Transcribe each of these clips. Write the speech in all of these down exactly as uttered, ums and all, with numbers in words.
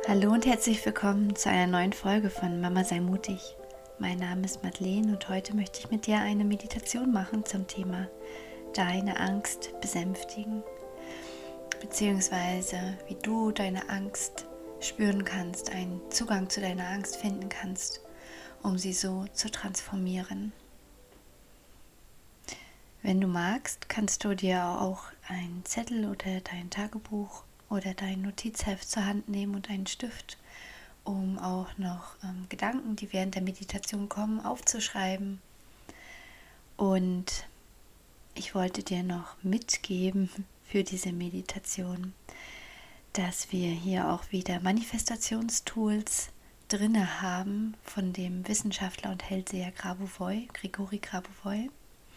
Hallo und herzlich willkommen zu einer neuen Folge von Mama sei mutig. Mein Name ist Madeleine und heute möchte ich mit dir eine Meditation machen zum Thema deine Angst besänftigen, beziehungsweise wie du deine Angst spüren kannst, einen Zugang zu deiner Angst finden kannst, um sie so zu transformieren. Wenn du magst, kannst du dir auch einen Zettel oder dein Tagebuch oder dein Notizheft zur Hand nehmen und einen Stift, um auch noch ähm, Gedanken, die während der Meditation kommen, aufzuschreiben. Und ich wollte dir noch mitgeben für diese Meditation, dass wir hier auch wieder Manifestationstools drinne haben von dem Wissenschaftler und Hellseher Grabovoi, Grigori Grabovoi,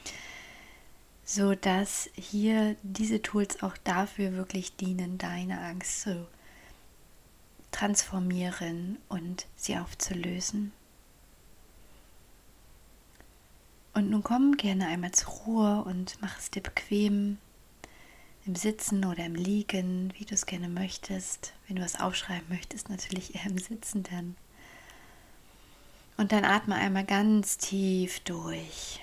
so dass hier diese Tools auch dafür wirklich dienen, deine Angst zu transformieren und sie aufzulösen. Und nun komm gerne einmal zur Ruhe und mach es dir bequem, im Sitzen oder im Liegen, wie du es gerne möchtest. Wenn du was aufschreiben möchtest, natürlich eher im Sitzen dann. Und dann atme einmal ganz tief durch.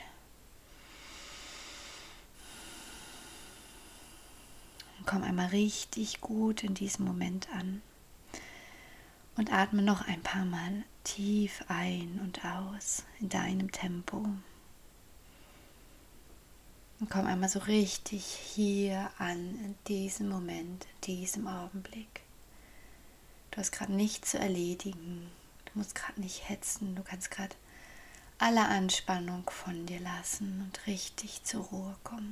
Komm einmal richtig gut in diesem Moment an und atme noch ein paar Mal tief ein und aus in deinem Tempo. Und komm einmal so richtig hier an, in diesem Moment, in diesem Augenblick. Du hast gerade nichts zu erledigen, du musst gerade nicht hetzen, du kannst gerade alle Anspannung von dir lassen und richtig zur Ruhe kommen.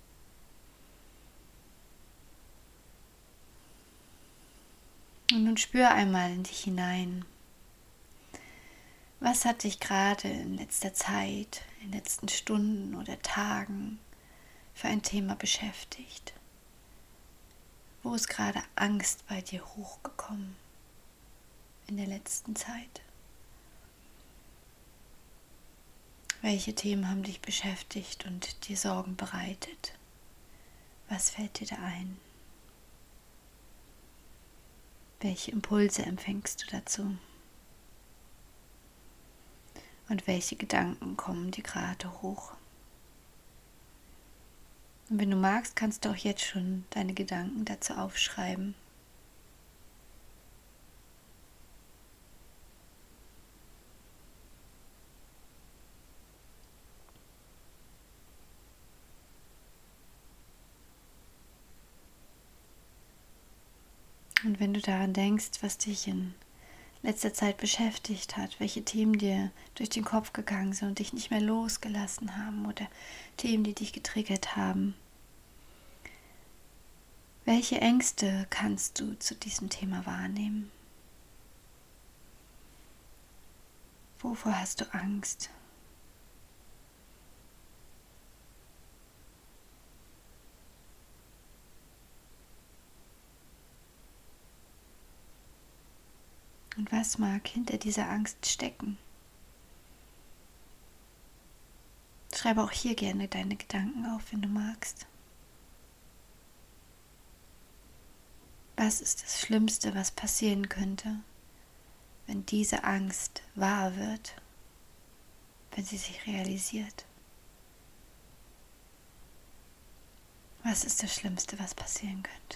Und nun spür einmal in dich hinein. Was hat dich gerade in letzter Zeit, in den letzten Stunden oder Tagen für ein Thema beschäftigt? Wo ist gerade Angst bei dir hochgekommen in der letzten Zeit? Welche Themen haben dich beschäftigt und dir Sorgen bereitet? Was fällt dir da ein? Welche Impulse empfängst du dazu? Und welche Gedanken kommen dir gerade hoch? Und wenn du magst, kannst du auch jetzt schon deine Gedanken dazu aufschreiben. Und wenn du daran denkst, was dich in letzter Zeit beschäftigt hat, welche Themen dir durch den Kopf gegangen sind und dich nicht mehr losgelassen haben oder Themen, die dich getriggert haben, welche Ängste kannst du zu diesem Thema wahrnehmen? Wovor hast du Angst? Und was mag hinter dieser Angst stecken? Schreibe auch hier gerne deine Gedanken auf, wenn du magst. Was ist das Schlimmste, was passieren könnte, wenn diese Angst wahr wird, wenn sie sich realisiert? Was ist das Schlimmste, was passieren könnte?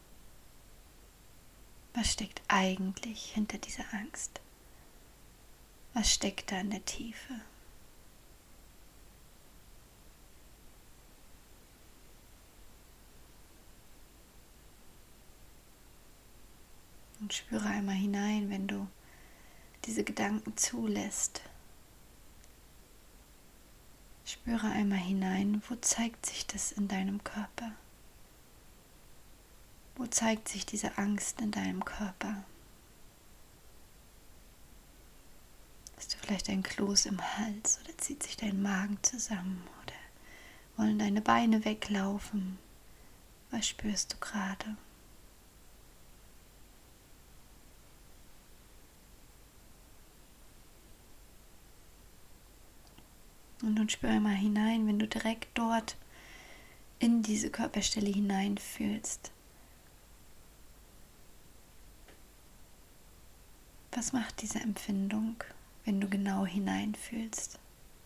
Was steckt eigentlich hinter dieser Angst? Was steckt da in der Tiefe? Und spüre einmal hinein, wenn du diese Gedanken zulässt. Spüre einmal hinein, wo zeigt sich das in deinem Körper? Wo zeigt sich diese Angst in deinem Körper? Hast du vielleicht ein Kloß im Hals oder zieht sich dein Magen zusammen oder wollen deine Beine weglaufen? Was spürst du gerade? Und nun spür einmal hinein, wenn du direkt dort in diese Körperstelle hineinfühlst. Was macht diese Empfindung, wenn du genau hineinfühlst?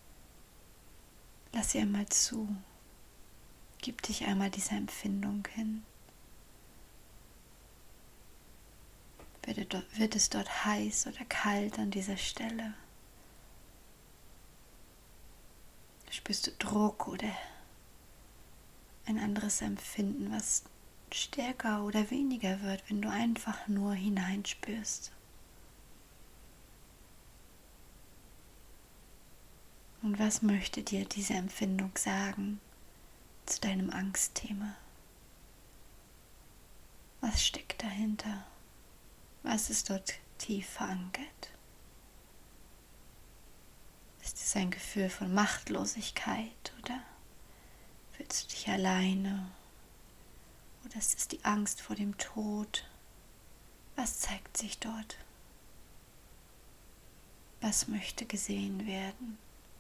Lass sie einmal zu. Gib dich einmal dieser Empfindung hin. Wird es dort heiß oder kalt an dieser Stelle? Spürst du Druck oder ein anderes Empfinden, was stärker oder weniger wird, wenn du einfach nur hineinspürst? Und was möchte dir diese Empfindung sagen zu deinem Angstthema? Was steckt dahinter? Was ist dort tief verankert? Ist es ein Gefühl von Machtlosigkeit oder fühlst du dich alleine? Oder ist es die Angst vor dem Tod? Was zeigt sich dort? Was möchte gesehen werden?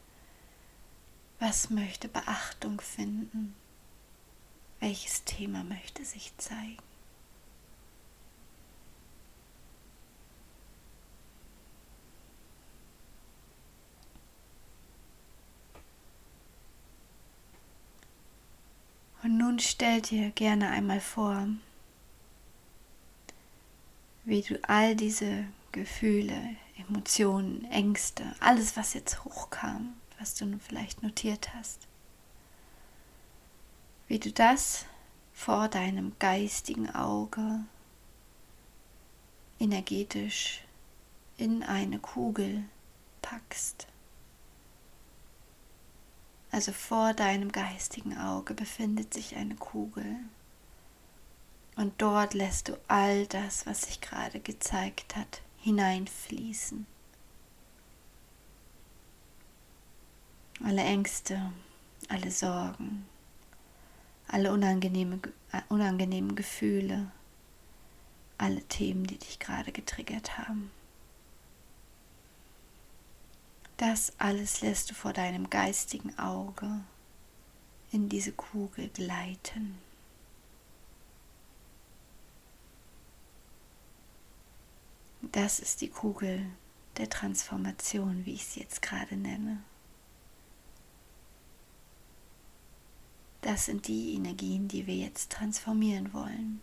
Was möchte Beachtung finden? Welches Thema möchte sich zeigen? Und nun stell dir gerne einmal vor, wie du all diese Gefühle, Emotionen, Ängste, alles, was jetzt hochkam, was du nun vielleicht notiert hast, wie du das vor deinem geistigen Auge energetisch in eine Kugel packst. Also vor deinem geistigen Auge befindet sich eine Kugel und dort lässt du all das, was sich gerade gezeigt hat, hineinfließen. Alle Ängste, alle Sorgen, alle unangenehme, unangenehmen Gefühle, alle Themen, die dich gerade getriggert haben. Das alles lässt du vor deinem geistigen Auge in diese Kugel gleiten. Das ist die Kugel der Transformation, wie ich sie jetzt gerade nenne. Das sind die Energien, die wir jetzt transformieren wollen.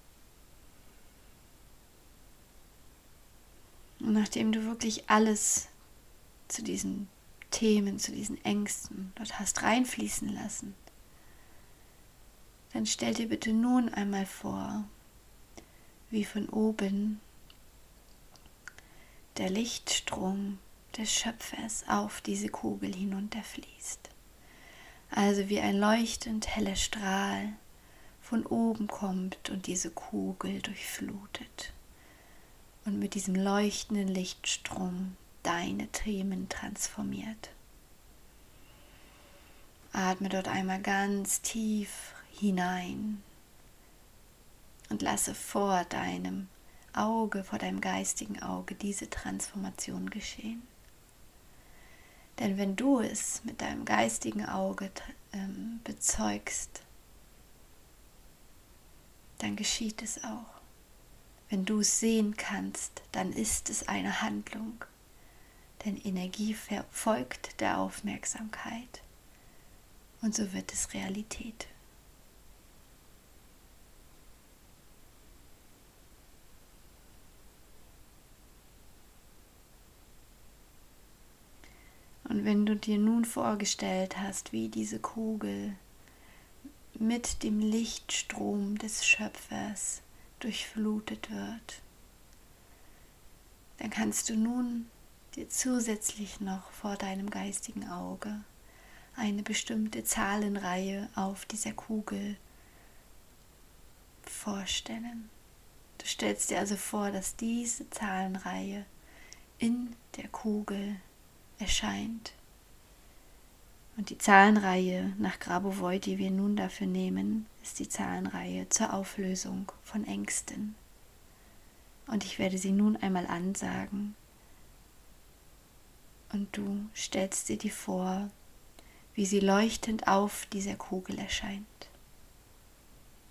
Und nachdem du wirklich alles zu diesen Themen, zu diesen Ängsten dort hast reinfließen lassen, dann stell dir bitte nun einmal vor, wie von oben der Lichtstrom des Schöpfers auf diese Kugel hinunterfließt. Also wie ein leuchtend heller Strahl von oben kommt und diese Kugel durchflutet und mit diesem leuchtenden Lichtstrom deine Themen transformiert. Atme dort einmal ganz tief hinein und lasse vor deinem Auge, vor deinem geistigen Auge diese Transformation geschehen. Denn wenn du es mit deinem geistigen Auge ähm, bezeugst, dann geschieht es auch. Wenn du es sehen kannst, dann ist es eine Handlung. Denn Energie folgt der Aufmerksamkeit und so wird es Realität. Und wenn du dir nun vorgestellt hast, wie diese Kugel mit dem Lichtstrom des Schöpfers durchflutet wird, dann kannst du nun dir zusätzlich noch vor deinem geistigen Auge eine bestimmte Zahlenreihe auf dieser Kugel vorstellen. Du stellst dir also vor, dass diese Zahlenreihe in der Kugel erscheint. Und die Zahlenreihe nach Grabovoi, die wir nun dafür nehmen, ist die Zahlenreihe zur Auflösung von Ängsten. Und ich werde sie nun einmal ansagen. Und du stellst dir die vor, wie sie leuchtend auf dieser Kugel erscheint.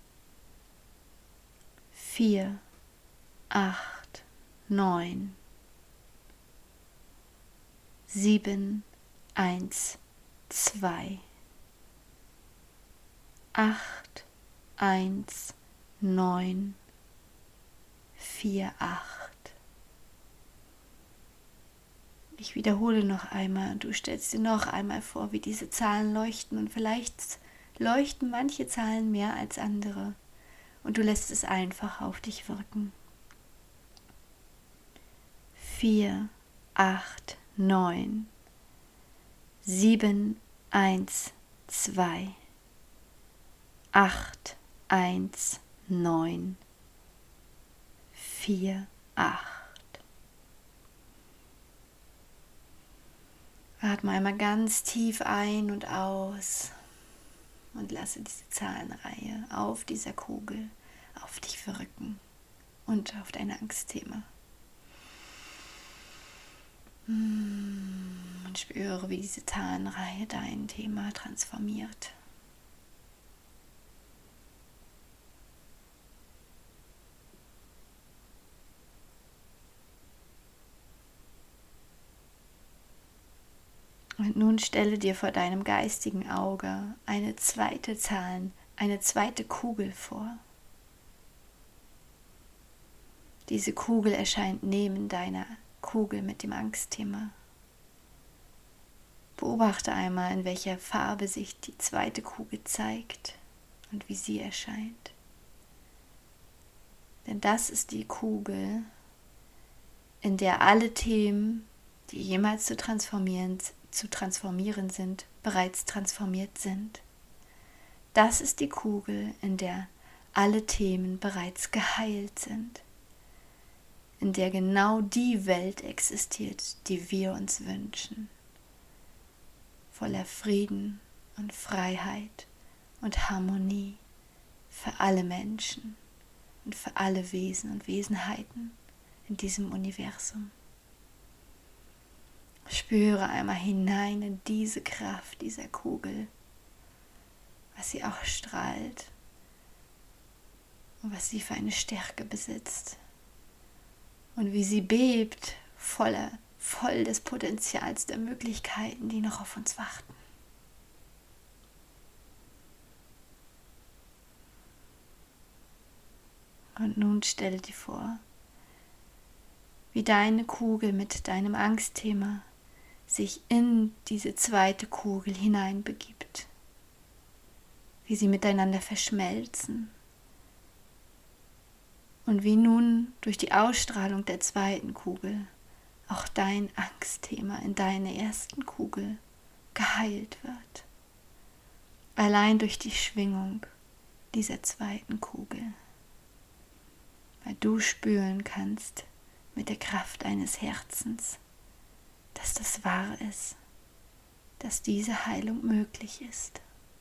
Vier, acht, neun, sieben, eins, zwei, acht, eins, neun, vier, acht. Ich wiederhole noch einmal, du stellst dir noch einmal vor, wie diese Zahlen leuchten und vielleicht leuchten manche Zahlen mehr als andere und du lässt es einfach auf dich wirken. vier, acht, neun, sieben, eins, zwei, acht, eins, neun, vier, acht. Atme einmal ganz tief ein und aus und lasse diese Zahlenreihe auf dieser Kugel auf dich wirken und auf dein Angstthema. Und spüre, wie diese Zahlenreihe dein Thema transformiert. Und nun stelle dir vor deinem geistigen Auge eine zweite Zahl, eine zweite Kugel vor. Diese Kugel erscheint neben deiner Kugel mit dem Angstthema. Beobachte einmal, in welcher Farbe sich die zweite Kugel zeigt und wie sie erscheint. Denn das ist die Kugel, in der alle Themen, die jemals zu transformieren, zu transformieren sind, bereits transformiert sind. Das ist die Kugel, in der alle Themen bereits geheilt sind, in der genau die Welt existiert, die wir uns wünschen, voller Frieden und Freiheit und Harmonie für alle Menschen und für alle Wesen und Wesenheiten in diesem Universum. Spüre einmal hinein in diese Kraft dieser Kugel, was sie auch strahlt und was sie für eine Stärke besitzt und wie sie bebt, voller, voll des Potenzials der Möglichkeiten, die noch auf uns warten. Und nun stelle dir vor, wie deine Kugel mit deinem Angstthema sich in diese zweite Kugel hineinbegibt, wie sie miteinander verschmelzen und wie nun durch die Ausstrahlung der zweiten Kugel auch dein Angstthema in deiner ersten Kugel geheilt wird, allein durch die Schwingung dieser zweiten Kugel, weil du spüren kannst mit der Kraft deines Herzens, dass das wahr ist, dass diese Heilung möglich ist.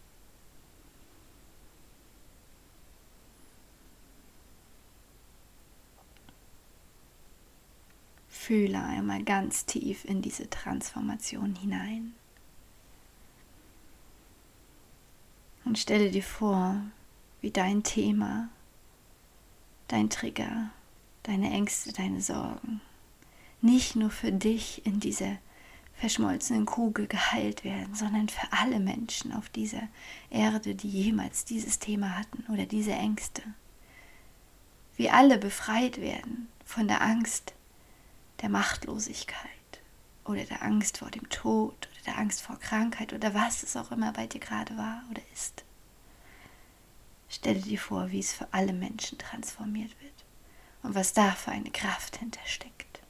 Fühle einmal ganz tief in diese Transformation hinein und stelle dir vor, wie dein Thema, dein Trigger, deine Ängste, deine Sorgen nicht nur für dich in dieser verschmolzenen Kugel geheilt werden, sondern für alle Menschen auf dieser Erde, die jemals dieses Thema hatten oder diese Ängste. Wir alle befreit werden von der Angst der Machtlosigkeit oder der Angst vor dem Tod oder der Angst vor Krankheit oder was es auch immer bei dir gerade war oder ist. Stelle dir vor, wie es für alle Menschen transformiert wird und was da für eine Kraft hintersteckt.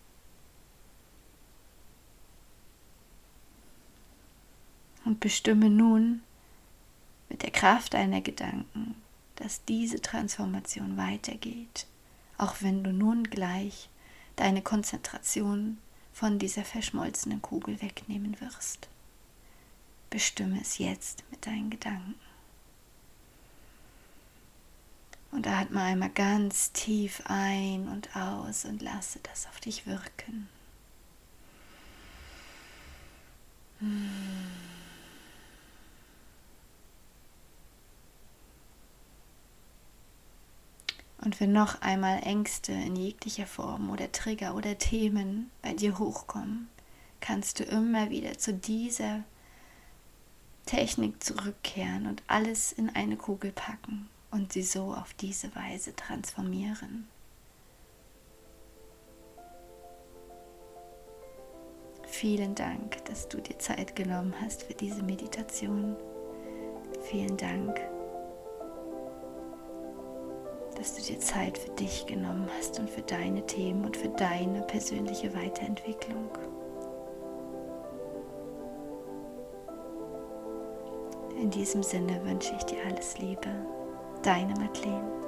Und bestimme nun mit der Kraft deiner Gedanken, dass diese Transformation weitergeht, auch wenn du nun gleich deine Konzentration von dieser verschmolzenen Kugel wegnehmen wirst. Bestimme es jetzt mit deinen Gedanken. Und atme einmal ganz tief ein und aus und lasse das auf dich wirken. Und wenn noch einmal Ängste in jeglicher Form oder Trigger oder Themen bei dir hochkommen, kannst du immer wieder zu dieser Technik zurückkehren und alles in eine Kugel packen und sie so auf diese Weise transformieren. Vielen Dank, dass du dir Zeit genommen hast für diese Meditation. Vielen Dank, dass du dir Zeit für dich genommen hast und für deine Themen und für deine persönliche Weiterentwicklung. In diesem Sinne wünsche ich dir alles Liebe. Deine Madeleine.